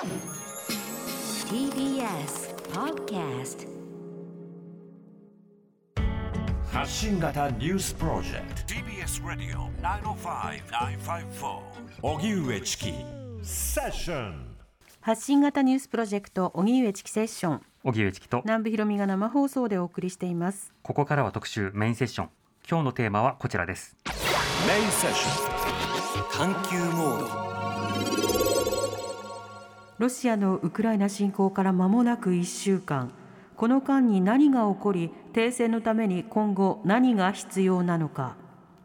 TBS Podcast 発信型ニュースプロジェクト TBS ラディオ905-954おぎゅうえちきセッション。 発信型ニュースプロジェクト荻上チキセッション、 荻上チキと南部ひろみが生放送でお送りしています。 ここからは特集メインセッション。今日のテーマはこちらです。 メインセッション探求モード。 ロシアのウクライナ侵攻から間もなく1週間、この間に何が起こり、停戦のために今後何が必要なのか。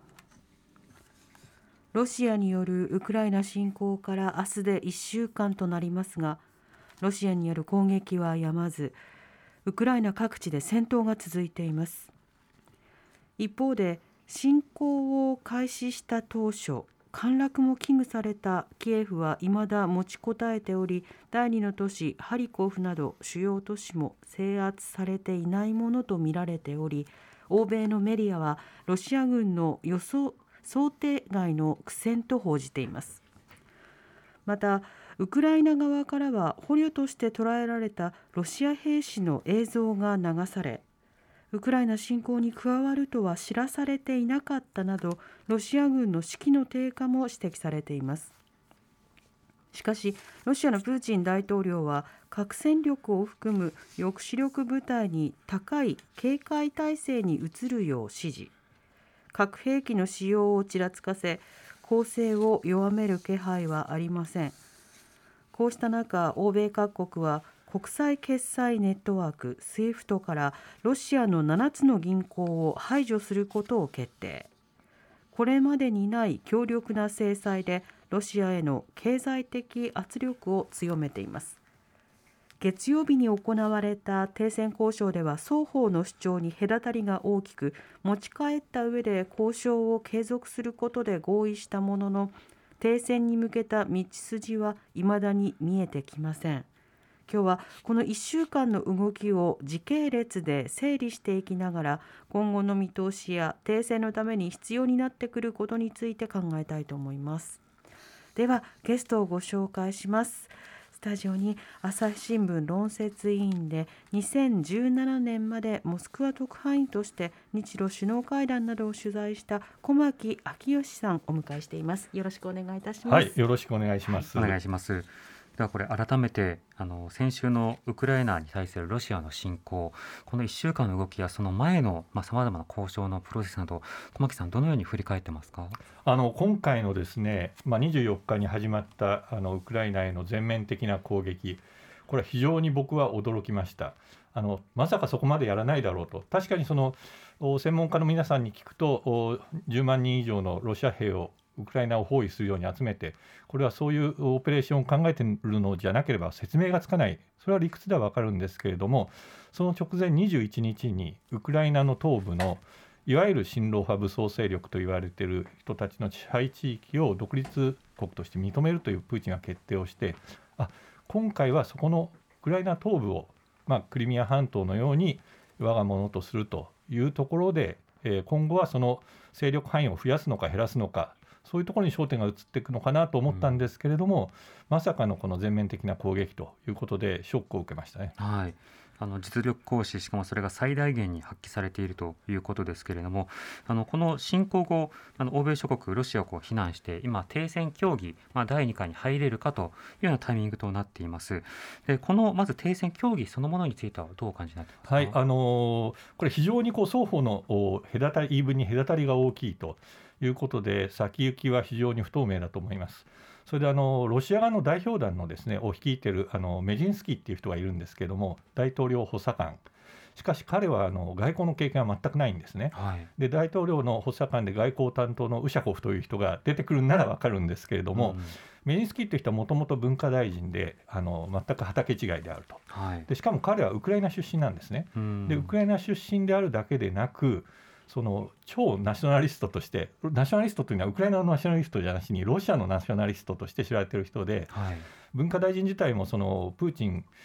ロシアによるウクライナ侵攻から明日で1週間となりますが、ロシアによる攻撃は止まず、ウクライナ各地で戦闘が続いています。一方で、侵攻を開始した当初、陥落も危惧されたキエフは未だ持ちこたえており、第2の都市ハリコフなど主要都市も制圧されていないものとみられており、欧米のメディアはロシア軍の想定外の苦戦と報じています。またウクライナ側からは捕虜として捕らえられたロシア兵士の映像が流され、ウクライナ侵攻に加わるとは知らされていなかったなど、ロシア軍の士気の低下も指摘されています。しかしロシアのプーチン大統領は核戦力を含む抑止力部隊に高い警戒態勢に移るよう指示、核兵器の使用をちらつかせ、攻勢を弱める気配はありません。こうした中、欧米各国は国際決済ネットワーク SWIFT からロシアの7つの銀行を排除することを決定。これまでにない強力な制裁でロシアへの経済的圧力を強めています。月曜日に行われた停戦交渉では双方の主張に隔たりが大きく、持ち帰った上で交渉を継続することで合意したものの、停戦に向けた道筋は未だに見えてきません。今日はこの1週間の動きを時系列で整理していきながら、今後の見通しや停戦のために必要になってくることについて考えたいと思います。ではゲストをご紹介します。スタジオに朝日新聞論説委員で2017年までモスクワ特派員として日露首脳会談などを取材した小牧昭義さんをお迎えしています。よろしくお願いいたします。 はい、よろしくお願いします。 お願いします。ではこれ改めて先週のウクライナに対するロシアの侵攻、この1週間の動きやその前のさまざまな交渉のプロセスなど、小牧さんどのように振り返ってますか？ 今回のですね、24日に始まったウクライナへの全面的な攻撃、これは非常に僕は驚きました。まさかそこまでやらないだろうと。確かにその専門家の皆さんに聞くと、10万人以上のロシア兵をウクライナを包囲するように集めて、これはそういうオペレーションを考えているのじゃなければ説明がつかない、それは理屈では分かるんですけれども、その直前21日にウクライナの東部のいわゆる親ロ派武装勢力と言われている人たちの支配地域を独立国として認めるというプーチンが決定をして、今回はそこのウクライナ東部を、クリミア半島のように我が物とするというところで、今後はその勢力範囲を増やすのか減らすのか、そういうところに焦点が移っていくのかなと思ったんですけれども、まさかのこの全面的な攻撃ということでショックを受けましたね。 はい、実力行使、しかもそれが最大限に発揮されているということですけれども、この侵攻後欧米諸国ロシアを非難して今停戦協議、第2回に入れるかというようなタイミングとなっています。でこのまず停戦協議そのものについてはどうお感じになっていますか？ はい、これ非常に双方の言い分に隔たりが大きいということで、先行きは非常に不透明だと思います。それでロシア側の代表団のですねを率いているメジンスキーっていう人がいるんですけれども、大統領補佐官、しかし彼は外交の経験は全くないんですね。で大統領の補佐官で外交担当のウシャコフという人が出てくるなら分かるんですけれども、メジンスキーという人はもともと文化大臣で全く畑違いであると。でしかも彼はウクライナ出身なんですね。でウクライナ出身であるだけでなく、その超ナショナリストとして、ナショナリストというのはウクライナのナショナリストじゃなしにロシアのナショナリストとして知られている人で、文化大臣自体もそのプーチン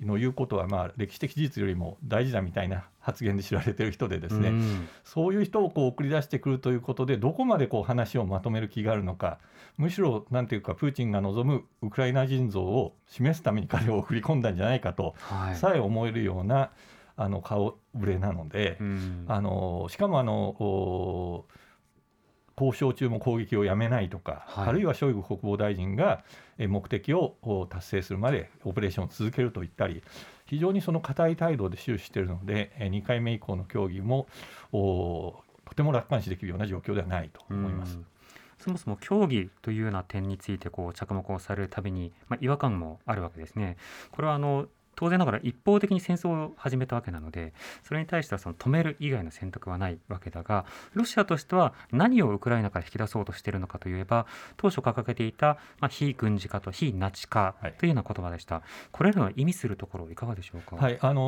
の言うことは歴史的事実よりも大事だみたいな発言で知られている人でですね、そういう人を送り出してくるということでどこまで話をまとめる気があるのか、むしろなんていうかプーチンが望むウクライナ人像を示すために彼を送り込んだんじゃないかとさえ思えるような顔ぶれなので、しかも交渉中も攻撃をやめないとか、あるいはショイグ国防大臣が目的を達成するまでオペレーションを続けると言ったり、非常にその固い態度で終始しているので、2回目以降の協議もとても楽観視できるような状況ではないと思います。 そもそも協議というような点について着目をされるたびに、違和感もあるわけですね。これは当然ながら一方的に戦争を始めたわけなので、それに対しては止める以外の選択はないわけだが、ロシアとしては何をウクライナから引き出そうとしているのかといえば、当初掲げていた、非軍事化と非ナチ化というような言葉でした。これらの意味するところいかがでしょうか。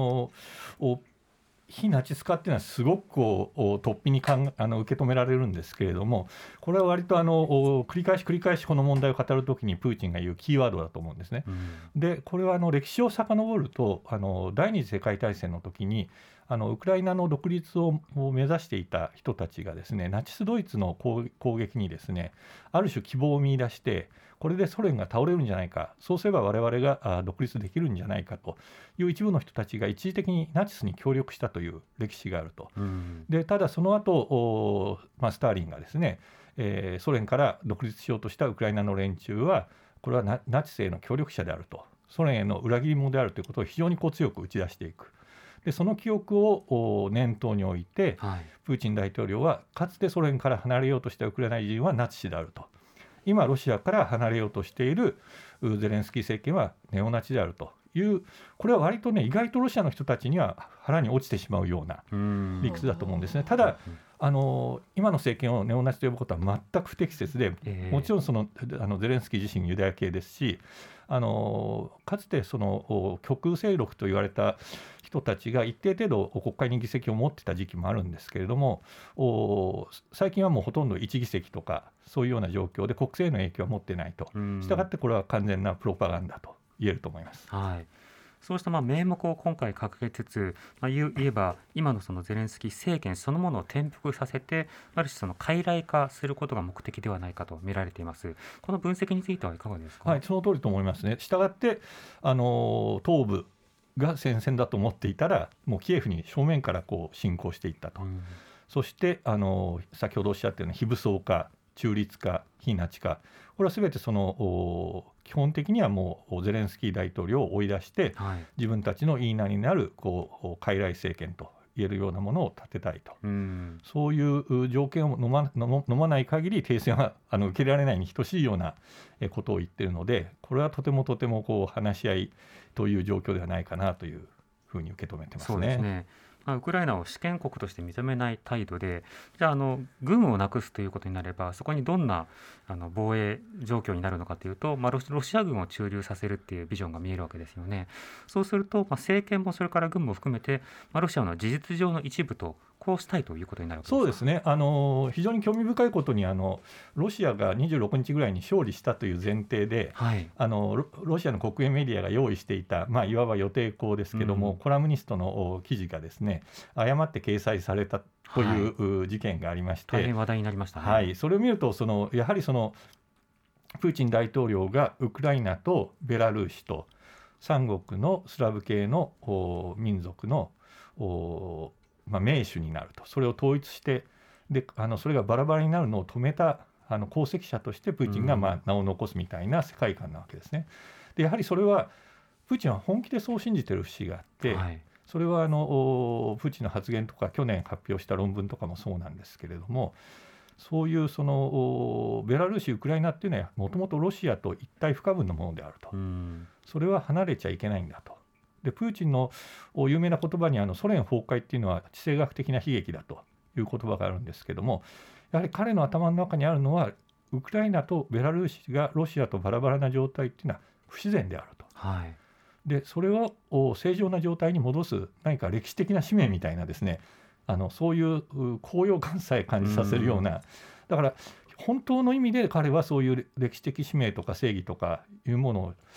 非ナチス化っていうのはすごく突飛に受け止められるんですけれども、これは割と繰り返しこの問題を語るときにプーチンが言うキーワードだと思うんですね。でこれは歴史を遡ると第二次世界大戦の時にウクライナの独立を目指していた人たちがですね、ナチスドイツの攻撃にですね、ある種希望を見出して、これでソ連が倒れるんじゃないか、そうすれば我々が独立できるんじゃないかという一部の人たちが一時的にナチスに協力したという歴史があると。でただその後スターリンがですね、ソ連から独立しようとしたウクライナの連中は、これはナチスへの協力者であると、ソ連への裏切り者であるということを非常に強く打ち出していく。でその記憶を念頭に置いて、プーチン大統領はかつてソ連から離れようとしたウクライナ人はナチスであると、今ロシアから離れようとしているゼレンスキー政権はネオナチであるという、これは割とね意外とロシアの人たちには腹に落ちてしまうような理屈だと思うんですね。ただ今の政権をネオナチと呼ぶことは全く不適切で、もちろんゼレンスキー自身ユダヤ系ですし、かつて極右勢力と言われた人たちが一定程度国会に議席を持ってた時期もあるんですけれども、最近はもうほとんど1議席とかそういうような状況で国政への影響は持ってないと。したがってこれは完全なプロパガンダと言えると思います。 そうした名目を今回掲げつつ、言えば今のゼレンスキー政権そのものを転覆させて、ある種傀儡化することが目的ではないかと見られています。この分析についてはいかがですか。 その通りと思いますね。したがって東部が戦線だと思っていたら、もうキエフに正面から侵攻していったと。そして先ほどおっしゃったような非武装化、中立化、非ナチ化、これは全て基本的にはもうゼレンスキー大統領を追い出して、自分たちの言いなりになる傀儡政権と言えるようなものを立てたいと、そういう条件を飲まない限り停戦は受けられないに等しいようなことを言っているので、これはとても話し合いという状況ではないかなというふうに受け止めてますね。 そうですね。ウクライナを主権国として認めない態度で、じゃあ軍をなくすということになれば、そこにどんな防衛状況になるのかというと、ロシア軍を駐留させるっていうビジョンが見えるわけですよね。そうすると、政権もそれから軍も含めて、ロシアの事実上の一部とこうしたいということになるわけですか。 そうですね。非常に興味深いことにロシアが26日ぐらいに勝利したという前提で、ロシアの国営メディアが用意していた、いわば予定稿ですけども、コラムニストの記事がですね、誤って掲載されたという事件がありまして、 大変話題になりましたね。 それを見るとやはりプーチン大統領がウクライナとベラルーシと三国のスラブ系の民族の盟主になると、それを統一して、でそれがバラバラになるのを止めた功績者としてプーチンが名を残すみたいな世界観なわけですね。でやはりそれはプーチンは本気でそう信じている節があって、それはプーチンの発言とか去年発表した論文とかもそうなんですけれども、そういうベラルーシ、ウクライナっていうのはもともとロシアと一体不可分のものであると、それは離れちゃいけないんだと。でプーチンの有名な言葉にソ連崩壊っていうのは地政学的な悲劇だという言葉があるんですけども、やはり彼の頭の中にあるのはウクライナとベラルーシがロシアとバラバラな状態っていうのは不自然であると、でそれを正常な状態に戻す何か歴史的な使命みたいなですね、そういう高揚感さえ感じさせるような、だから本当の意味で彼はそういう歴史的使命とか正義とかいうもの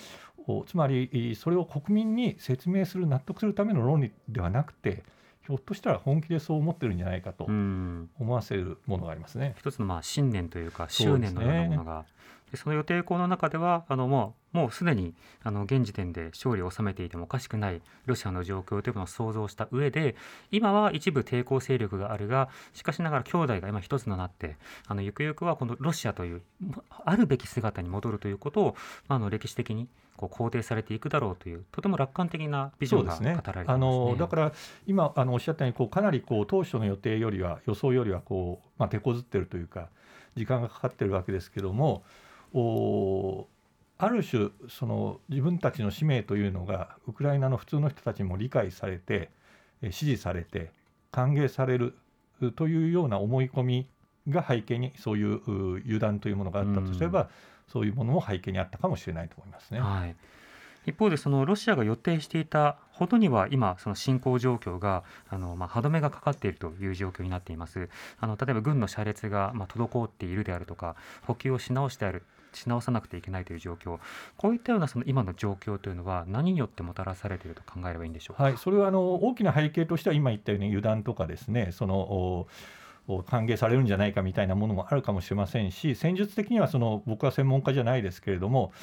つまりそれを国民に説明する納得するための論理ではなくて、ひょっとしたら本気でそう思ってるんじゃないかと思わせるものがありますね。 一つの信念というか執念のようなものが、その予定校の中ではもうすでに現時点で勝利を収めていてもおかしくないロシアの状況というのを想像した上で、今は一部抵抗勢力があるが、しかしながら兄弟が今一つとなってゆくゆくはこのロシアというあるべき姿に戻るということを、歴史的に肯定されていくだろうという、とても楽観的なビジョンが語られていますね。 だから今おっしゃったようにかなり当初の予定よりは予想よりは手こずってるというか時間がかかってるわけですけども、ある種自分たちの使命というのがウクライナの普通の人たちにも理解されて支持されて歓迎されるというような思い込みが背景に、そういう油断というものがあったとすれば、そういうものも背景にあったかもしれないと思いますね。 はい、一方でロシアが予定していたほどには今侵攻状況が歯止めがかかっているという状況になっています。例えば軍の車列が滞っているであるとか、補給をし直さなくてはいけないという状況、こういったような今の状況というのは何によってもたらされていると考えればいいんでしょうか。 はい、それは大きな背景としては今言ったように油断とかですね、歓迎されるんじゃないかみたいなものもあるかもしれませんし、戦術的には僕は専門家じゃないですけれども、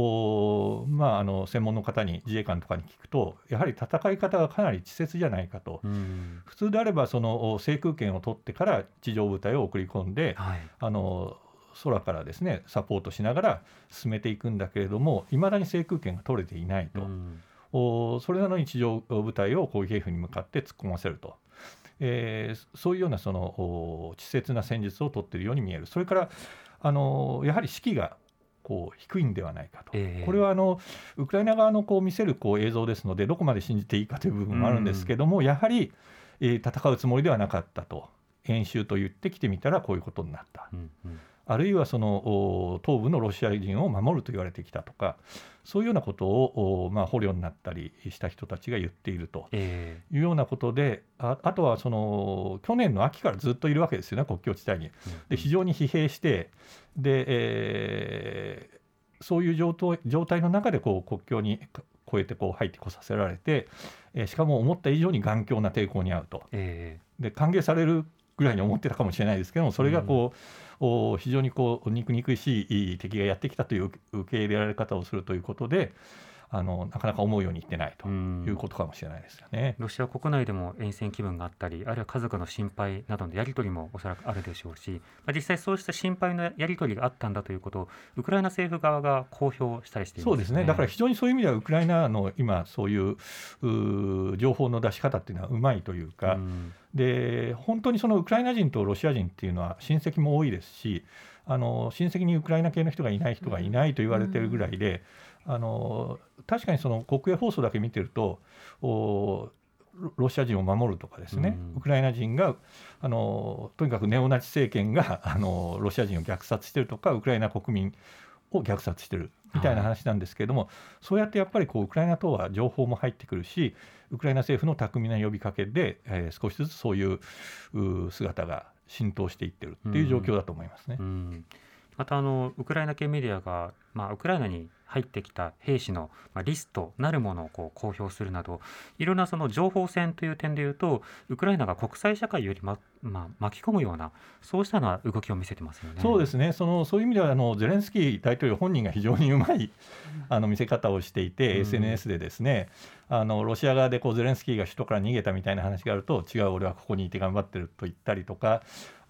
専門の方に自衛官とかに聞くと、やはり戦い方がかなり稚拙じゃないかと。普通であれば制空権を取ってから地上部隊を送り込んで、空からですねサポートしながら進めていくんだけれども、いまだに制空権が取れていないと。それなのに地上部隊をキエフに向かって突っ込ませると。そういうような稚拙な戦術を取っているように見える。それからやはり士気が低いんではないかと。これはウクライナ側の見せる映像ですので、どこまで信じていいかという部分もあるんですけども、やはり戦うつもりではなかったと。演習と言ってきてみたらこういうことになった。あるいは東部のロシア人を守ると言われてきたとか、そういうようなことを捕虜になったりした人たちが言っているというようなことで、あとは去年の秋からずっといるわけですよね、国境地帯に。で非常に疲弊して、で、そういう状態の中で国境に越えて入ってこさせられて、しかも思った以上に頑強な抵抗に遭うと。で歓迎されるぐらいに思ってたかもしれないですけども、それが非常に憎々しい敵がやってきたという受け入れられ方をするということで、なかなか思うようにいってないということかもしれないですよね。 ロシア国内でも厭戦気分があったり、あるいは家族の心配などのやり取りもおそらくあるでしょうし、実際そうした心配のやり取りがあったんだということをウクライナ政府側が公表したりしていますね。 そうですね。だから非常にそういう意味ではウクライナの今そういう情報の出し方っていうのはうまいというか、で本当にウクライナ人とロシア人っていうのは親戚も多いですし、親戚にウクライナ系の人がいない人がいないと言われているぐらいで、確かに国営放送だけ見てるとロシア人を守るとかですね、ウクライナ人がとにかくネオナチ政権がロシア人を虐殺してるとか、ウクライナ国民を虐殺してるみたいな話なんですけれども、そうやってやっぱりウクライナ等は情報も入ってくるし、ウクライナ政府の巧みな呼びかけで、少しずつそういう姿が浸透していってるっていう状況だと思いますね。 またウクライナ系メディアが、ウクライナに入ってきた兵士のリストなるものを公表するなど、いろんな情報戦という点でいうと、ウクライナが国際社会より巻き込むような、そうしたような動きを見せてますよね。 そうですね。そういう意味ではゼレンスキー大統領本人が非常にうまい見せ方をしていて、SNS でですね、ロシア側でゼレンスキーが首都から逃げたみたいな話があると、違う、俺はここにいて頑張ってると言ったりとか、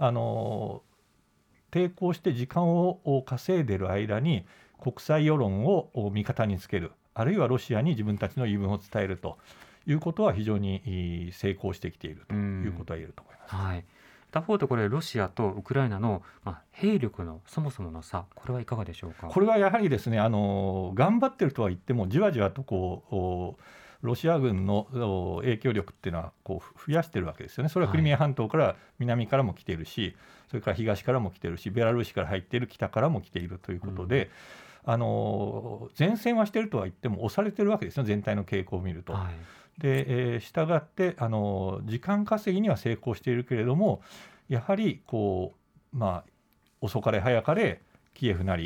抵抗して時間を稼いでいる間に国際世論を味方につける、あるいはロシアに自分たちの言い分を伝えるということは非常に成功してきているということは言えると思います。 はい、他方でこれロシアとウクライナの、兵力のそもそもの差、これはいかがでしょうか。 これはやはりですね、頑張ってるとは言ってもじわじわとロシア軍の影響力っていうのは増やしてるわけですよね。それはクリミア半島から南からも来ているし、それから東からも来ているし、ベラルーシから入っている北からも来ているということで、前線はしているとは言っても押されてるわけですよ、全体の傾向を見ると。で、したがって時間稼ぎには成功しているけれども、やはり遅かれ早かれキエフなり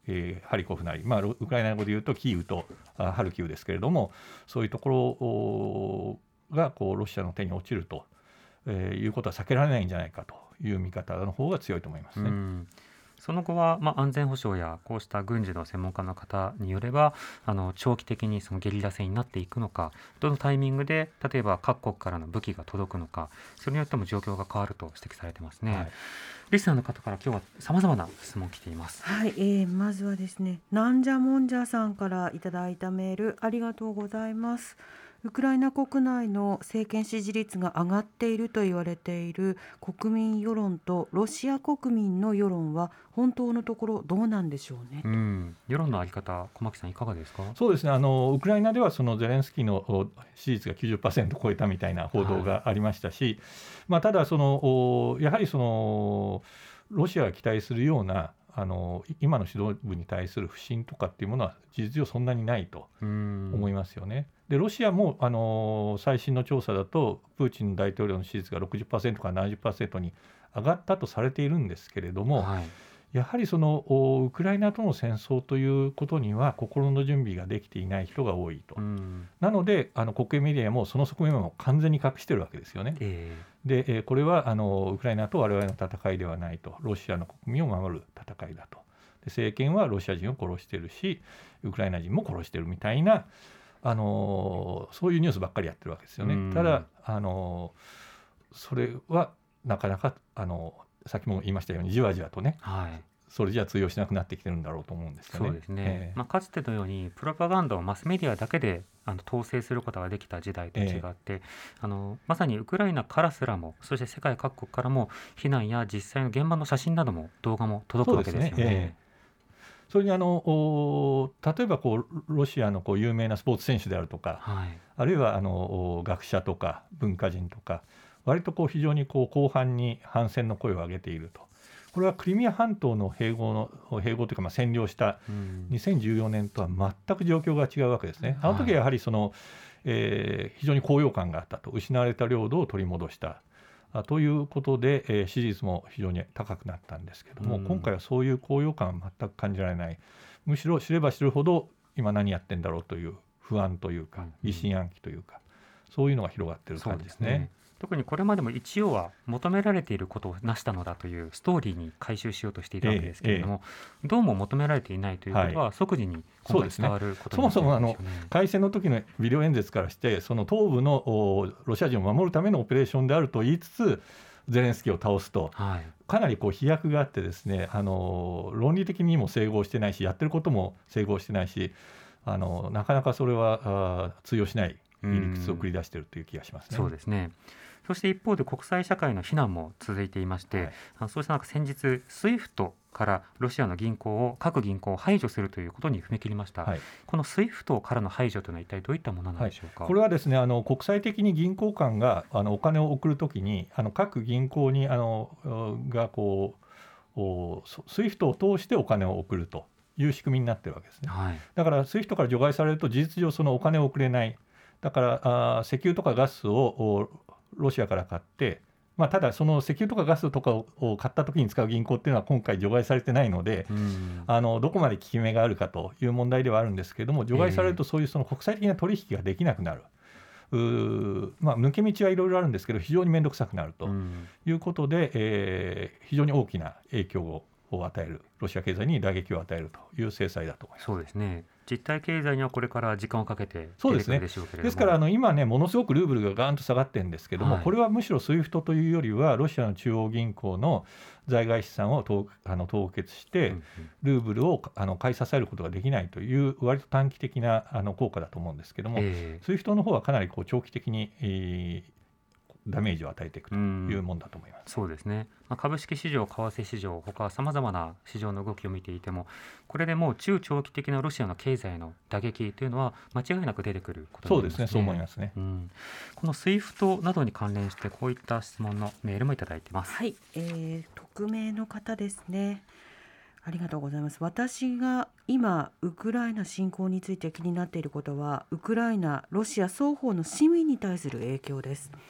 ハリコフなり、ウクライナ語でいうとキーウとハルキウですけれども、そういうところがロシアの手に落ちるということは避けられないんじゃないかという見方の方が強いと思いますね。 その後は、安全保障やこうした軍事の専門家の方によれば長期的にそのゲリラ戦になっていくのか、どのタイミングで例えば各国からの武器が届くのか、それによっても状況が変わると指摘されてますね。リスナーの方から今日は様々な質問来ています。 はい、まずはですね、なんじゃもんじゃさんからいただいたメールありがとうございます。ウクライナ国内の政権支持率が上がっていると言われている国民世論とロシア国民の世論は本当のところどうなんでしょうね。 世論のあり方、小牧さんいかがですか？ そうですね、ウクライナではそのゼレンスキーの支持率が 90% 超えたみたいな報道がありましたし、ただやはりロシアが期待するような今の指導部に対する不信とかっていうものは事実上そんなにないと思いますよね。でロシアも最新の調査だとプーチン大統領の支持率が 60% から 70% に上がったとされているんですけれども、やはりウクライナとの戦争ということには心の準備ができていない人が多いと。なので国営メディアもその側面を完全に隠しているわけですよね。でこれはウクライナと我々の戦いではないと、ロシアの国民を守る戦いだと。で政権はロシア人を殺しているしウクライナ人も殺しているみたいなそういうニュースばっかりやってるわけですよね。ただそれはなかなかさっきも言いましたようにじわじわとね、それじゃ通用しなくなってきてるんだろうと思うんですよね。 そうですね、かつてのようにプロパガンダをマスメディアだけで統制することができた時代と違って、まさにウクライナからすらも、そして世界各国からも避難や実際の現場の写真なども動画も届くわけですよね。 それに例えばロシアの有名なスポーツ選手であるとか、あるいは学者とか文化人とか、割と非常に広範に反戦の声を上げていると。これはクリミア半島の併合というか占領した2014年とは全く状況が違うわけですね。あの時はやはり非常に高揚感があったと、失われた領土を取り戻したということで、支持率も非常に高くなったんですけども、今回はそういう高揚感は全く感じられない。むしろ知れば知るほど今何やってんだろうという不安というか疑心暗鬼というか、そういうのが広がっている感じですね。 特にこれまでも一応は求められていることを成したのだというストーリーに回収しようとしていたわけですけれども、どうも求められていないということは即時に今回伝わることになっているんですよね。そもそも開戦の時のビデオ演説からして、その東部のロシア人を守るためのオペレーションであると言いつつゼレンスキーを倒すと、かなり飛躍があってですね、論理的にも整合してないし、やってることも整合してないし、なかなかそれは通用しない理屈を繰り出しているという気がしますね。 そうですね。そして一方で国際社会の非難も続いていまして、そうした中先日SWIFTからロシアの各銀行を排除するということに踏み切りました。このSWIFTからの排除というのは一体どういったものなんでしょうか？ これはですね、国際的に銀行間がお金を送るときに各銀行にがSWIFTを通してお金を送るという仕組みになっているわけですね。だからSWIFTから除外されると事実上そのお金を送れない。だから石油とかガスをロシアから買って、ただその石油とかガスとかを買った時に使う銀行っていうのは今回除外されてないので、どこまで効き目があるかという問題ではあるんですけれども、除外されるとそういう国際的な取引ができなくなる。抜け道はいろいろあるんですけど非常に面倒くさくなるということで、非常に大きな影響を与える、ロシア経済に打撃を与えるという制裁だと思います。 そうですね。実体経済にはこれから時間をかけて出てくるでしょうけれども、 ですから今ね、ものすごくルーブルがガーンと下がってるんですけども、これはむしろSWIFTというよりはロシアの中央銀行の在外資産を凍結してルーブルを買い支えることができないという割と短期的な効果だと思うんですけども、SWIFTの方はかなり長期的にダメージを与えていくというものだと思います。 そうですね。株式市場、為替市場、他さまざまな市場の動きを見ていても、これでもう中長期的なロシアの経済の打撃というのは間違いなく出てくることになりますね。 そうですね、そう思いますね。 このSWIFTなどに関連してこういった質問のメールもいただいています。 匿名の方ですね。ありがとうございます。私が今ウクライナ侵攻について気になっていることは、ウクライナ、ロシア双方の市民に対する影響です。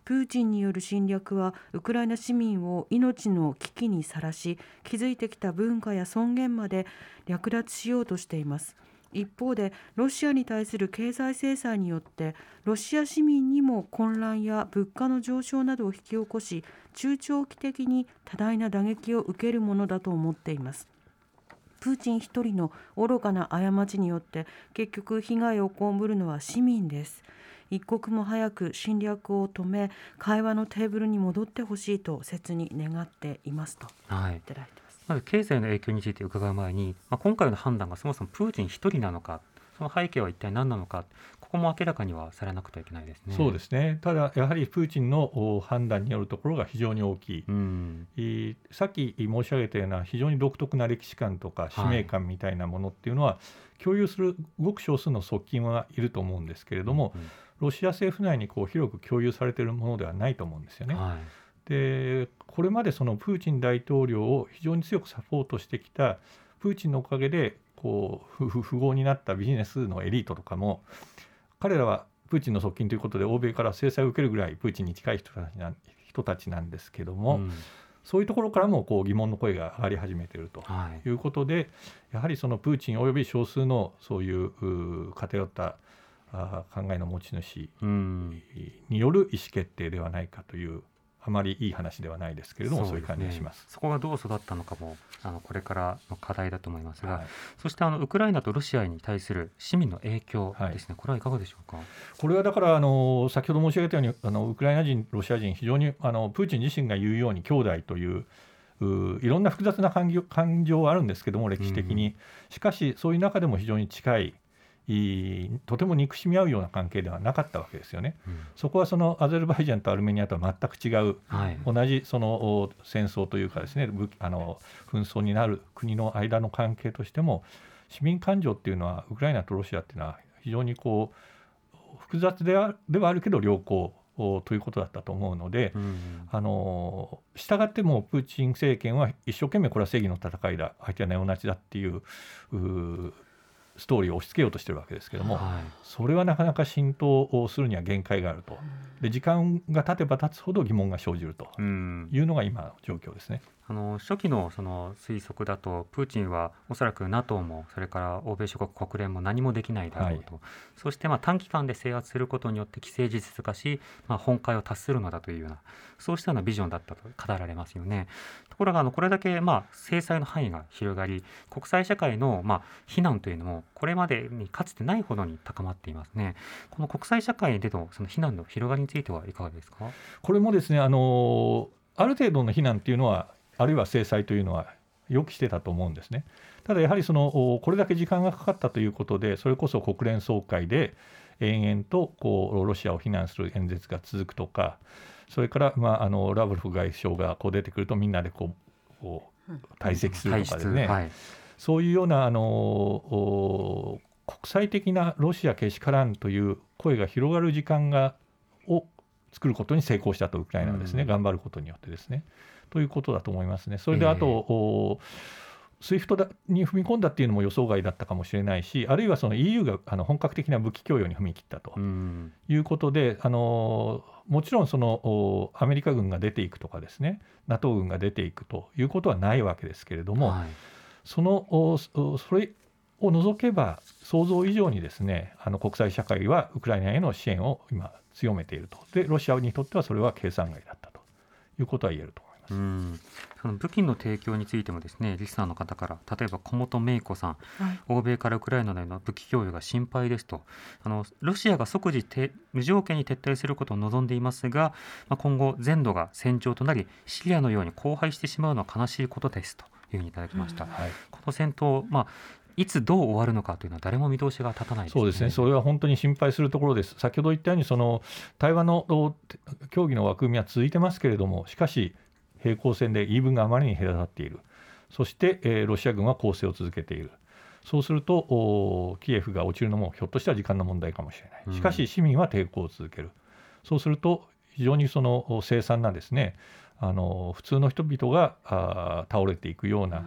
プーチンによる侵略はウクライナ市民を命の危機にさらし、築いてきた文化や尊厳まで略奪しようとしています。一方でロシアに対する経済制裁によってロシア市民にも混乱や物価の上昇などを引き起こし、中長期的に多大な打撃を受けるものだと思っています。プーチン一人の愚かな過ちによって結局被害を被るのは市民です。一刻も早く侵略を止め、会話のテーブルに戻ってほしいと切に願っていますとはい、 いただいてます。 まず経済の影響について伺う前に、今回の判断がそもそもプーチン一人なのか、その背景は一体何なのか、ここも明らかにはされなくてはいけないですね。 そうですね。ただやはりプーチンの判断によるところが非常に大きい、さっき申し上げたような非常に独特な歴史観とか使命感みたいなものっていうのは、共有するごく少数の側近はいると思うんですけれども、ロシア政府内に広く共有されているものではないと思うんですよね。でこれまでそのプーチン大統領を非常に強くサポートしてきたプーチンのおかげで富豪になったビジネスのエリートとかも、彼らはプーチンの側近ということで欧米から制裁を受けるぐらいプーチンに近い人たちなんですけども、そういうところからも疑問の声が上がり始めているということで、やはりそのプーチンおよび少数のそういう偏った考えの持ち主による意思決定ではないかという、あまりいい話ではないですけれども、そういう感じがします。 そこがどう育ったのかもこれからの課題だと思いますが、そしてウクライナとロシアに対する市民の影響ですね、これはいかがでしょうか。 これはだから先ほど申し上げたようにウクライナ人、ロシア人、非常にプーチン自身が言うように兄弟といういろんな複雑な感情はあるんですけども、歴史的に。しかしそういう中でも非常に近い、とても憎しみ合うような関係ではなかったわけですよね。そこはそのアゼルバイジャンとアルメニアとは全く違う、同じその戦争というかですね、紛争になる国の間の関係としても、市民感情っていうのはウクライナとロシアっていうのは非常に複雑ではあるけど良好ということだったと思うので、従ってもプーチン政権は一生懸命これは正義の戦いだ、相手はネオナチだっていうストーリーを押し付けようとしているわけですけれども、それはなかなか浸透するには限界があると。で時間が経てば経つほど疑問が生じるというのが今の状況ですね。 初期のその推測だと、プーチンはおそらく NATO もそれから欧米諸国国連も何もできないだろうと、そして短期間で制圧することによって既成事実化し、本懐を達するのだというような、そうしたようなビジョンだったと語られますよね。ところがこれだけ制裁の範囲が広がり、国際社会の非難というのもこれまでにかつてないほどに高まっていますね。この国際社会でのその非難の広がりについてはいかがですか。 これもですね、ある程度の非難というのは、あるいは制裁というのは予期してたと思うんですね。ただやはりこれだけ時間がかかったということで、それこそ国連総会で延々とロシアを非難する演説が続くとか、それから、ラブロフ外相が出てくるとみんなで退席するとかですね、そういうような国際的なロシアけしからんという声が広がる時間を作ることに成功したと、ウクライナはですね、頑張ることによってですね、ということだと思いますね。それであと、SWIFT に踏み込んだっていうのも予想外だったかもしれないし、あるいはその EU が本格的な武器供与に踏み切ったということで、もちろんそのアメリカ軍が出ていくとかですね、 NATO 軍が出ていくということはないわけですけれども、それを除けば想像以上にですね、国際社会はウクライナへの支援を今強めていると。でロシアにとってはそれは計算外だったということは言えると思います。 その武器の提供についてもですね、リスナーの方から例えば小本芽子さん、欧米からウクライナへの武器供与が心配ですと、ロシアが即時無条件に撤退することを望んでいますが、今後全土が戦場となりシリアのように荒廃してしまうのは悲しいことですというふうにいただきました。この戦闘、いつどう終わるのかというのは誰も見通しが立たないですね。 そうですね、それは本当に心配するところです。先ほど言ったようにその対話の協議の枠組みは続いてますけれども、しかし平行線で言い分があまりに隔たっている。そして、ロシア軍は攻勢を続けている。そうするとキエフが落ちるのもひょっとしたら時間の問題かもしれない。しかし市民は抵抗を続ける。そうすると非常にその凄惨なですね、普通の人々が倒れていくような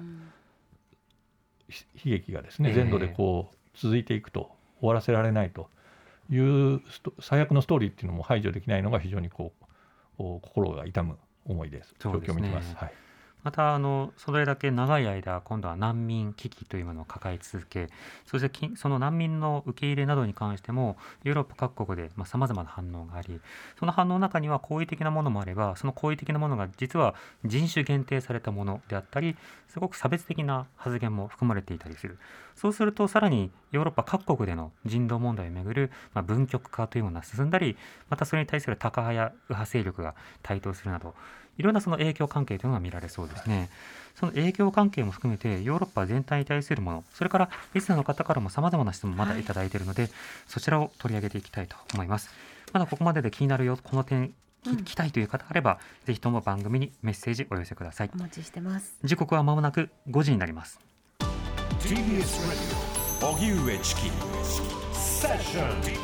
悲劇がですね、全土で続いていくと、終わらせられないという最悪のストーリーっていうのも排除できないのが非常に心が痛む思いです。状況を見てます。はい、 またそれだけ長い間今度は難民危機というものを抱え続け、そしてその難民の受け入れなどに関してもヨーロッパ各国でさまざまな反応があり、その反応の中には好意的なものもあれば、その好意的なものが実は人種限定されたものであったり、すごく差別的な発言も含まれていたりする。そうするとさらにヨーロッパ各国での人道問題をめぐる分極化というものが進んだり、またそれに対するタカ派や右派勢力が台頭するなど、いろんなその影響関係というのが見られそうですね。その影響関係も含めてヨーロッパ全体に対するもの、それからリスナーの方からもさまざまな質問まだいただいているので、そちらを取り上げていきたいと思います。まだここまでで気になるよ、この点聞きたいという方があれば、ぜひとも番組にメッセージお寄せください。 お待ちしてます。 時刻は間もなく5時になります。 TBS ラジオ荻上チキセッション TBS ラジ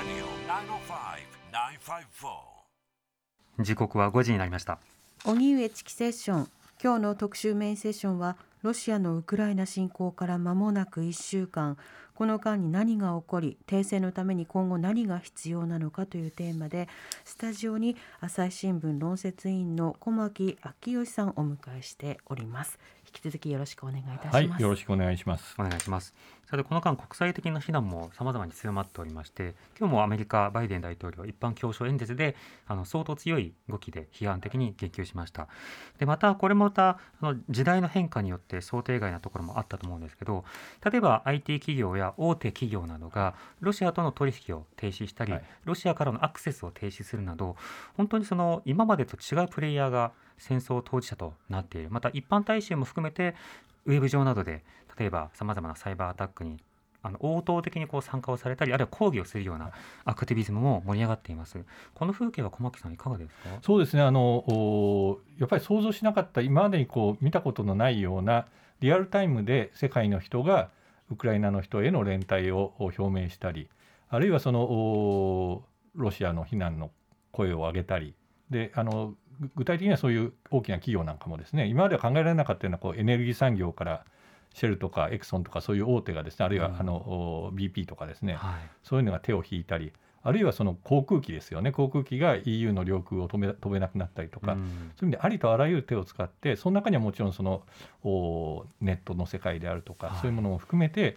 オ905-954。 時刻は5時になりました。 荻上チキセッション、今日の特集メインセッションはロシアのウクライナ侵攻から間もなく1週間、この間に何が起こり、停戦のために今後何が必要なのかというテーマで、スタジオに朝日新聞論説委員の小牧昭義さんをお迎えしております。引き続きよろしくお願いいたします。 はい、よろしくお願いします。 お願いします。さてこの間国際的な非難も様々に強まっておりまして、今日もアメリカバイデン大統領一般教書演説で相当強い動きで批判的に言及しました。でまたこれもまた時代の変化によって想定外なところもあったと思うんですけど、例えば IT 企業や大手企業などがロシアとの取引を停止したり、ロシアからのアクセスを停止するなど、本当に今までと違うプレイヤーが戦争当事者となっている。また一般大衆も含めてウェブ上などで例えばさまざまなサイバーアタックに応答的に参加をされたり、あるいは抗議をするようなアクティビズムも盛り上がっています。この風景は小牧さんいかがですか？ そうですね、やっぱり想像しなかった、今までに見たことのないようなリアルタイムで世界の人がウクライナの人への連帯を表明したり、あるいはロシアの非難の声を上げたりで、具体的にはそういう大きな企業なんかもですね、今までは考えられなかったようなエネルギー産業からシェルとかエクソンとかそういう大手がですね、あるいはBP とかですね、そういうのが手を引いたり、あるいは航空機ですよね、航空機が EU の領空を飛べなくなったりとか、そういう意味でありとあらゆる手を使って、その中にはもちろんネットの世界であるとか、そういうものも含めて、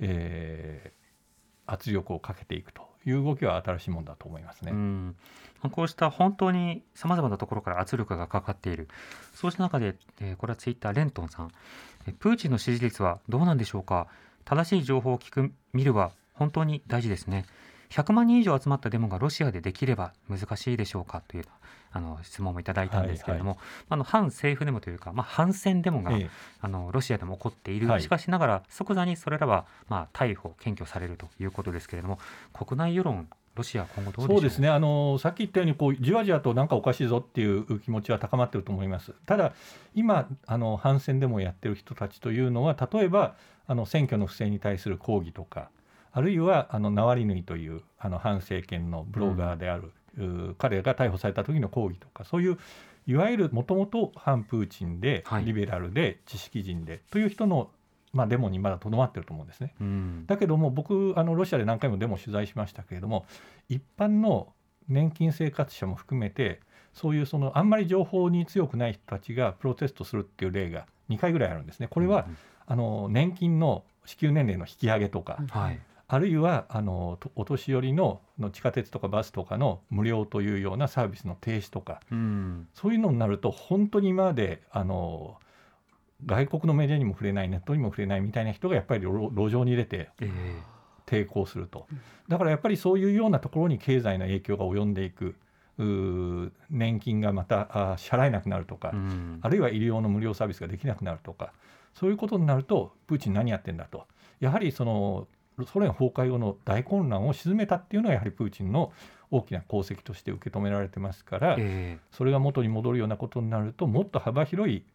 圧力をかけていくという動きは新しいものだと思いますね。 こうした本当にさまざまなところから圧力がかかっている。そうした中で、これはツイッターレントンさん、プーチンの支持率はどうなんでしょうか。正しい情報を見るは本当に大事ですね。100万人以上集まったデモがロシアでできれば難しいでしょうかという質問もいただいたんですけれども、反政府デモというか、反戦デモが、ロシアでも起こっている。しかしながら即座にそれらは逮捕検挙されるということですけれども、国内世論ロシア今後どうでしょうか。 そうですね、さっき言ったようにじわじわとなんかおかしいぞっていう気持ちは高まっていると思います。ただ今反戦デモをやっている人たちというのは、例えば選挙の不正に対する抗議とか、あるいはナワリヌイという反政権のブロガーである、彼が逮捕された時の抗議とか、そういういわゆるもともと反プーチンで、リベラルで知識人でという人のデモにまだとどまっていると思うんですね。だけども僕ロシアで何回もデモを取材しましたけれども、一般の年金生活者も含めて、そういうあんまり情報に強くない人たちがプロテストするっていう例が2回ぐらいあるんですね。これは年金の支給年齢の引き上げとか、あるいはお年寄りの地下鉄とかバスとかの無料というようなサービスの停止とか、そういうのになると本当に今まで外国のメディアにも触れない、ネットにも触れないみたいな人がやっぱり路上に出て抵抗すると。だからやっぱりそういうようなところに経済の影響が及んでいく。年金がまた支払えなくなるとか、あるいは医療の無料サービスができなくなるとか、そういうことになるとプーチン何やってんだと、やはりソ連崩壊後の大混乱を鎮めたっていうのはやはりプーチンの大きな功績として受け止められてますから、それが元に戻るようなことになると、もっと幅広い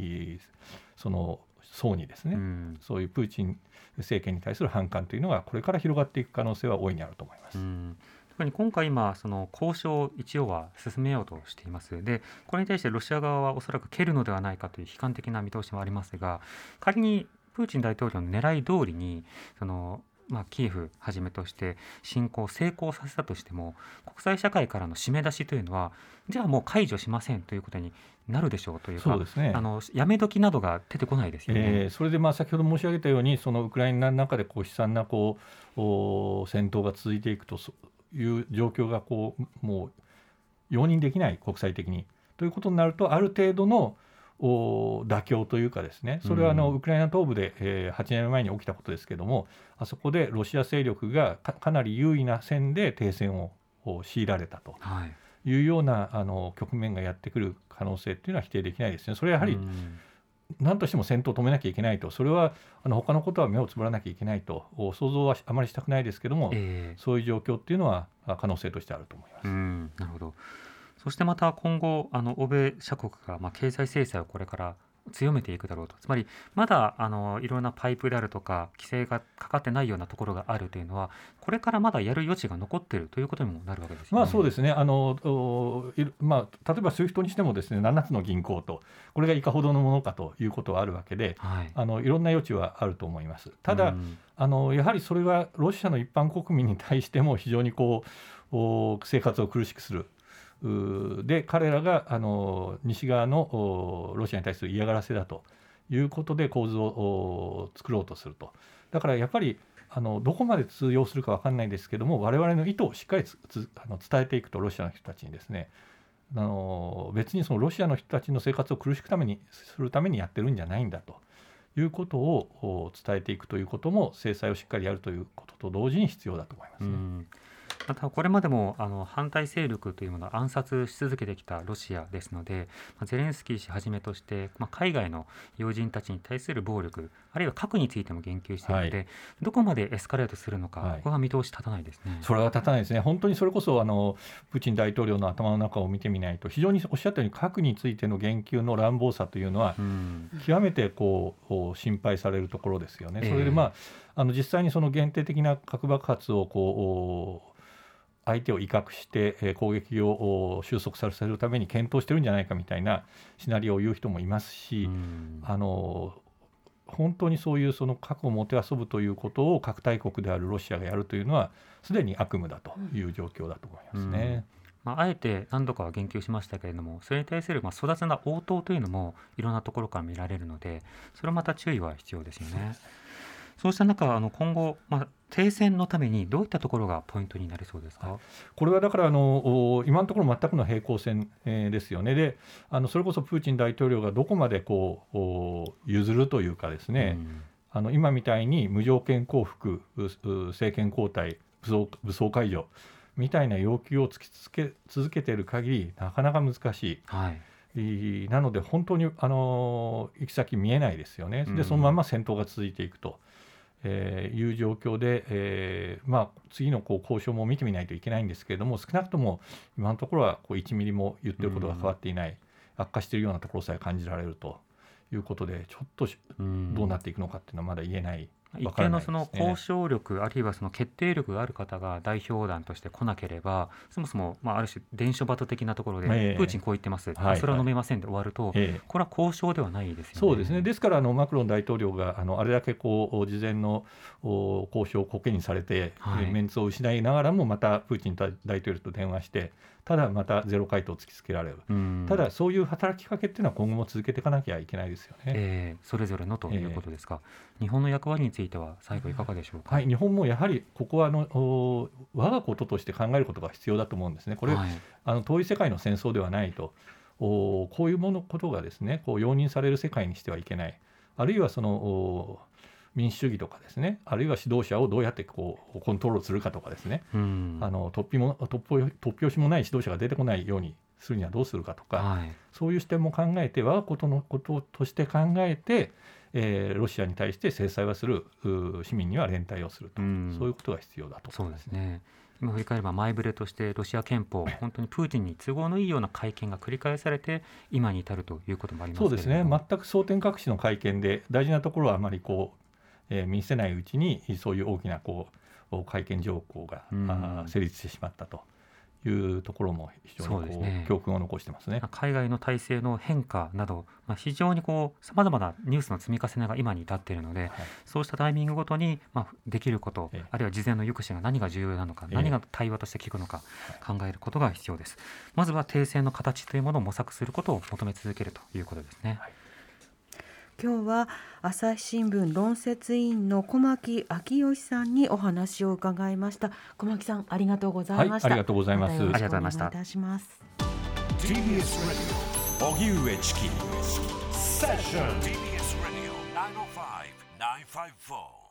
層にですね、そういうプーチン政権に対する反感というのがこれから広がっていく可能性は大いにあると思います。 特に今回交渉を一応は進めようとしています。でこれに対してロシア側はおそらく蹴るのではないかという悲観的な見通しもありますが、仮にプーチン大統領の狙い通りにキエフはじめとして侵攻を成功させたとしても、国際社会からの締め出しというのは、じゃあもう解除しませんということになるでしょうというか、 そうですね、 やめ時などが出てこないですよね。 それで先ほど申し上げたように、そのウクライナの中で悲惨な戦闘が続いていくという状況がもう容認できない、国際的にということになると、ある程度の妥協というかですね、それはウクライナ東部で、8年前に起きたことですけれども、あそこでロシア勢力がかなり優位な線で停戦を強いられたというような局面がやってくる可能性というのは否定できないですね。それはやはり何としても戦闘を止めなきゃいけないと、それは他のことは目をつぶらなきゃいけないと想像はあまりしたくないですけども、そういう状況っていうのは可能性としてあると思います。 なるほど。そしてまた今後欧米諸国が経済制裁をこれから強めていくだろうと、つまりまだいろんなパイプであるとか規制がかかってないようなところがあるというのは、これからまだやる余地が残っているということにもなるわけですよね。 そうですね。例えばSWIFTにしてもですね、7つの銀行と、これがいかほどのものかということはあるわけで、いろんな余地はあると思います。ただ、やはりそれはロシアの一般国民に対しても非常に生活を苦しくする。で彼らが西側のロシアに対する嫌がらせだということで構図を作ろうとすると。だからやっぱりどこまで通用するか分かんないですけども、我々の意図をしっかり伝えていくと、ロシアの人たちにですね、別にそのロシアの人たちの生活を苦しくするためにやってるんじゃないんだということを伝えていくということも、制裁をしっかりやるということと同時に必要だと思いますね。 またこれまでも反対勢力というものを暗殺し続けてきたロシアですので、ゼレンスキー氏はじめとして、海外の要人たちに対する暴力、あるいは核についても言及しているので、どこまでエスカレートするのか、ここが見通し立たないですね。 それは立たないですね。本当にそれこそプーチン大統領の頭の中を見てみないと、非常におっしゃったように核についての言及の乱暴さというのは極めて心配されるところですよね。それで実際にその限定的な核爆発を相手を威嚇して攻撃を収束させるために検討してるんじゃないかみたいなシナリオを言う人もいますし、本当にそういうその核をもてあそぶということを核大国であるロシアがやるというのはすでに悪夢だという状況だと思いますね。 あえて何度かは言及しましたけれども、それに対する粗雑な応答というのもいろんなところから見られるので、それはまた注意は必要ですよね。そうした中、今後、停戦のためにどういったところがポイントになりそうですか。 これはだから今のところ全くの平行線、ですよね。でそれこそプーチン大統領がどこまで譲るというかですね、今みたいに無条件降伏、政権交代、武装解除みたいな要求を突き続けている限りなかなか難しい、なので本当に行き先見えないですよね。でそのまま戦闘が続いていくという状況で、次の交渉も見てみないといけないんですけれども、少なくとも今のところは1ミリも言ってることが変わっていない、悪化しているようなところさえ感じられるということで、ちょっとどうなっていくのかっていうのはまだ言えない。 一定のその交渉力、あるいはその決定力がある方が代表団として来なければ、そもそもある種伝書バト的なところで、プーチンこう言ってます、それは飲めませんで終わると、これは交渉ではないですよね。 そうですね。ですからマクロン大統領があれだけ事前の交渉をコケにされて、メンツを失いながらもまたプーチン大統領と電話して、ただまたゼロ回答を突きつけられる。ただそういう働きかけっていうのは今後も続けていかなきゃいけないですよね。 それぞれのということですか。日本の役割については最後いかがでしょうか。 日本もやはりここは我がこととして考えることが必要だと思うんですね。これ、遠い世界の戦争ではないと、こういうことがですね容認される世界にしてはいけない。あるいはその民主主義とかですね、あるいは指導者をどうやってコントロールするかとかですね、突拍子もない指導者が出てこないようにするにはどうするかとか、そういう視点も考えて、我がことのこととして考えて、ロシアに対して制裁はする、市民には連帯をすると、そういうことが必要だと思います。 そうですね。今振り返れば前触れとしてロシア憲法、本当にプーチンに都合のいいような会見が繰り返されて今に至るということもありますけれども。 そうですね。全く争点隠しの会見で、大事なところはあまり見せないうちにそういう大きな会見条項が成立してしまったというところも非常に教訓を残してますね。 海外の体制の変化など、非常にさまざまなニュースの積み重ねが今に至っているので、そうしたタイミングごとにできること、あるいは事前の抑止が何が重要なのか、何が対話として効くのか考えることが必要です。まずは停戦の形というものを模索することを求め続けるということですね。 今日は朝日新聞論説委員の小牧昭義さんにお話を伺いました。小牧さん、ありがとうございました。 ありがとうございます。 またよろしくお願いいたします。 TBS Radio 荻上チキセッション TBS Radio 905-954